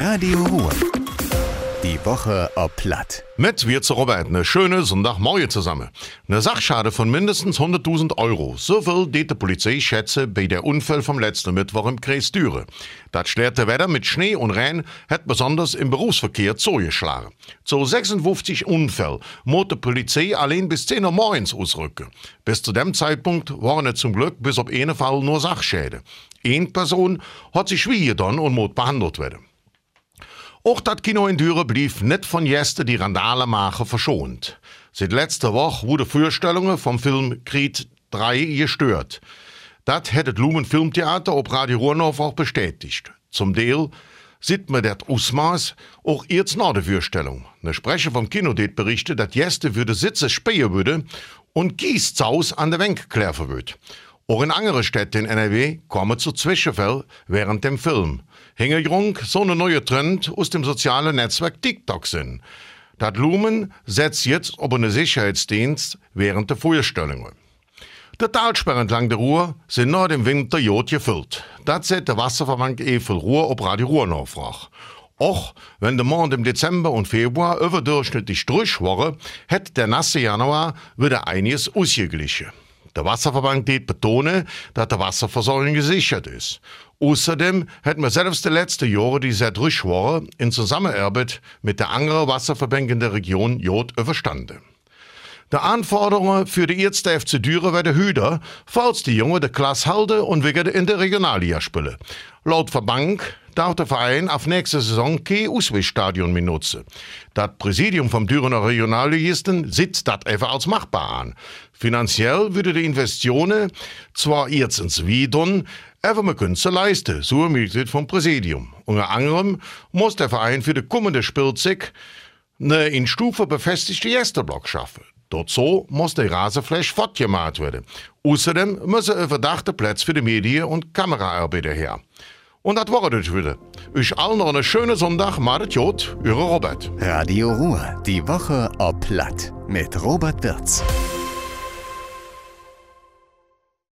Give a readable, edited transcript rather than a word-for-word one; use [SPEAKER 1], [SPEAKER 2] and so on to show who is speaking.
[SPEAKER 1] Radio Ruhr. Die Woche ob Platt.
[SPEAKER 2] Mit wir zu Robert, eine schöne Sonntagmorgen zusammen. Eine Sachschade von mindestens 100.000 Euro. So viel die Polizei schätze bei der Unfall vom letzten Mittwoch im Kreis Düren. Das schwere Wetter mit Schnee und Regen hat besonders im Berufsverkehr zugeschlagen. Zu 56 Unfällen muss die Polizei allein bis 10 Uhr morgens ausrücken. Bis zu dem Zeitpunkt waren es zum Glück bis auf einen Fall nur Sachschäden. Eine Person hat sich schwer getan und muss behandelt werden. Auch das Kino in Düren blieb nicht von Gästen, die Randale machen, verschont. Seit letzter Woche wurden Vorstellungen vom Film Creed 3 gestört. Das hat das Lumen Filmtheater auf Radio Ruhrnov auch bestätigt. Zum Teil sieht man das Ausmaß auch jetzt nach der Vorstellung. Ein Sprecher vom Kino hat berichtet, dass Gäste würde Sitze spähen würde und Gießzaus an der Wenk klären würde. Auch in anderen Städten in NRW kommen zu Zwischenfällen während dem Film. Hintergrund so eine neue Trend aus dem sozialen Netzwerk TikTok sind. Das Lumen setzt jetzt auf einen Sicherheitsdienst während der Vorstellungen. Die Talsperren entlang der Ruhr sind nach dem Winter gut gefüllt. Das sagt der Wasserverband Eifel Ruhr auf Radio Ruhr nachfragt. Auch wenn der Monat im Dezember und Februar überdurchschnittlich durch war, hat der nasse Januar wieder einiges ausgeglichen. Der Wasserverband betont, dass die Wasserversorgung gesichert ist. Außerdem hat man selbst die letzten Jahre, die sehr durch waren, in Zusammenarbeit mit den anderen Wasserverbänden der Region gut überstanden. Die Anforderungen für die erste FC Düren werden höher, falls die Jungen die Klasse halten und wieder in der Regionalliga spielen. Laut Verband darf der Verein auf nächste Saison kein Ausweichstadion mehr nutzen. Das Präsidium vom Dürener Regionalligisten sieht das einfach als machbar an. Finanziell würde die Investitionen zwar jetzt ins Wiedern, aber man könnte sie leisten, so ein Mitglied vom Präsidium. Unter anderem muss der Verein für die kommende Spielzeit eine in Stufe befestigte Gästeblock schaffen. Dazu muss die Rasenfläche fortgemacht werden. Außerdem müssen überdachte Plätze für die Medien- und Kameraarbeiter her. Und das war es wieder. Euch allen noch einen schönen Sonntag, macht gut, eure Robert.
[SPEAKER 1] Radio Ruhr. Die Woche ob Platt. Mit Robert Wirz.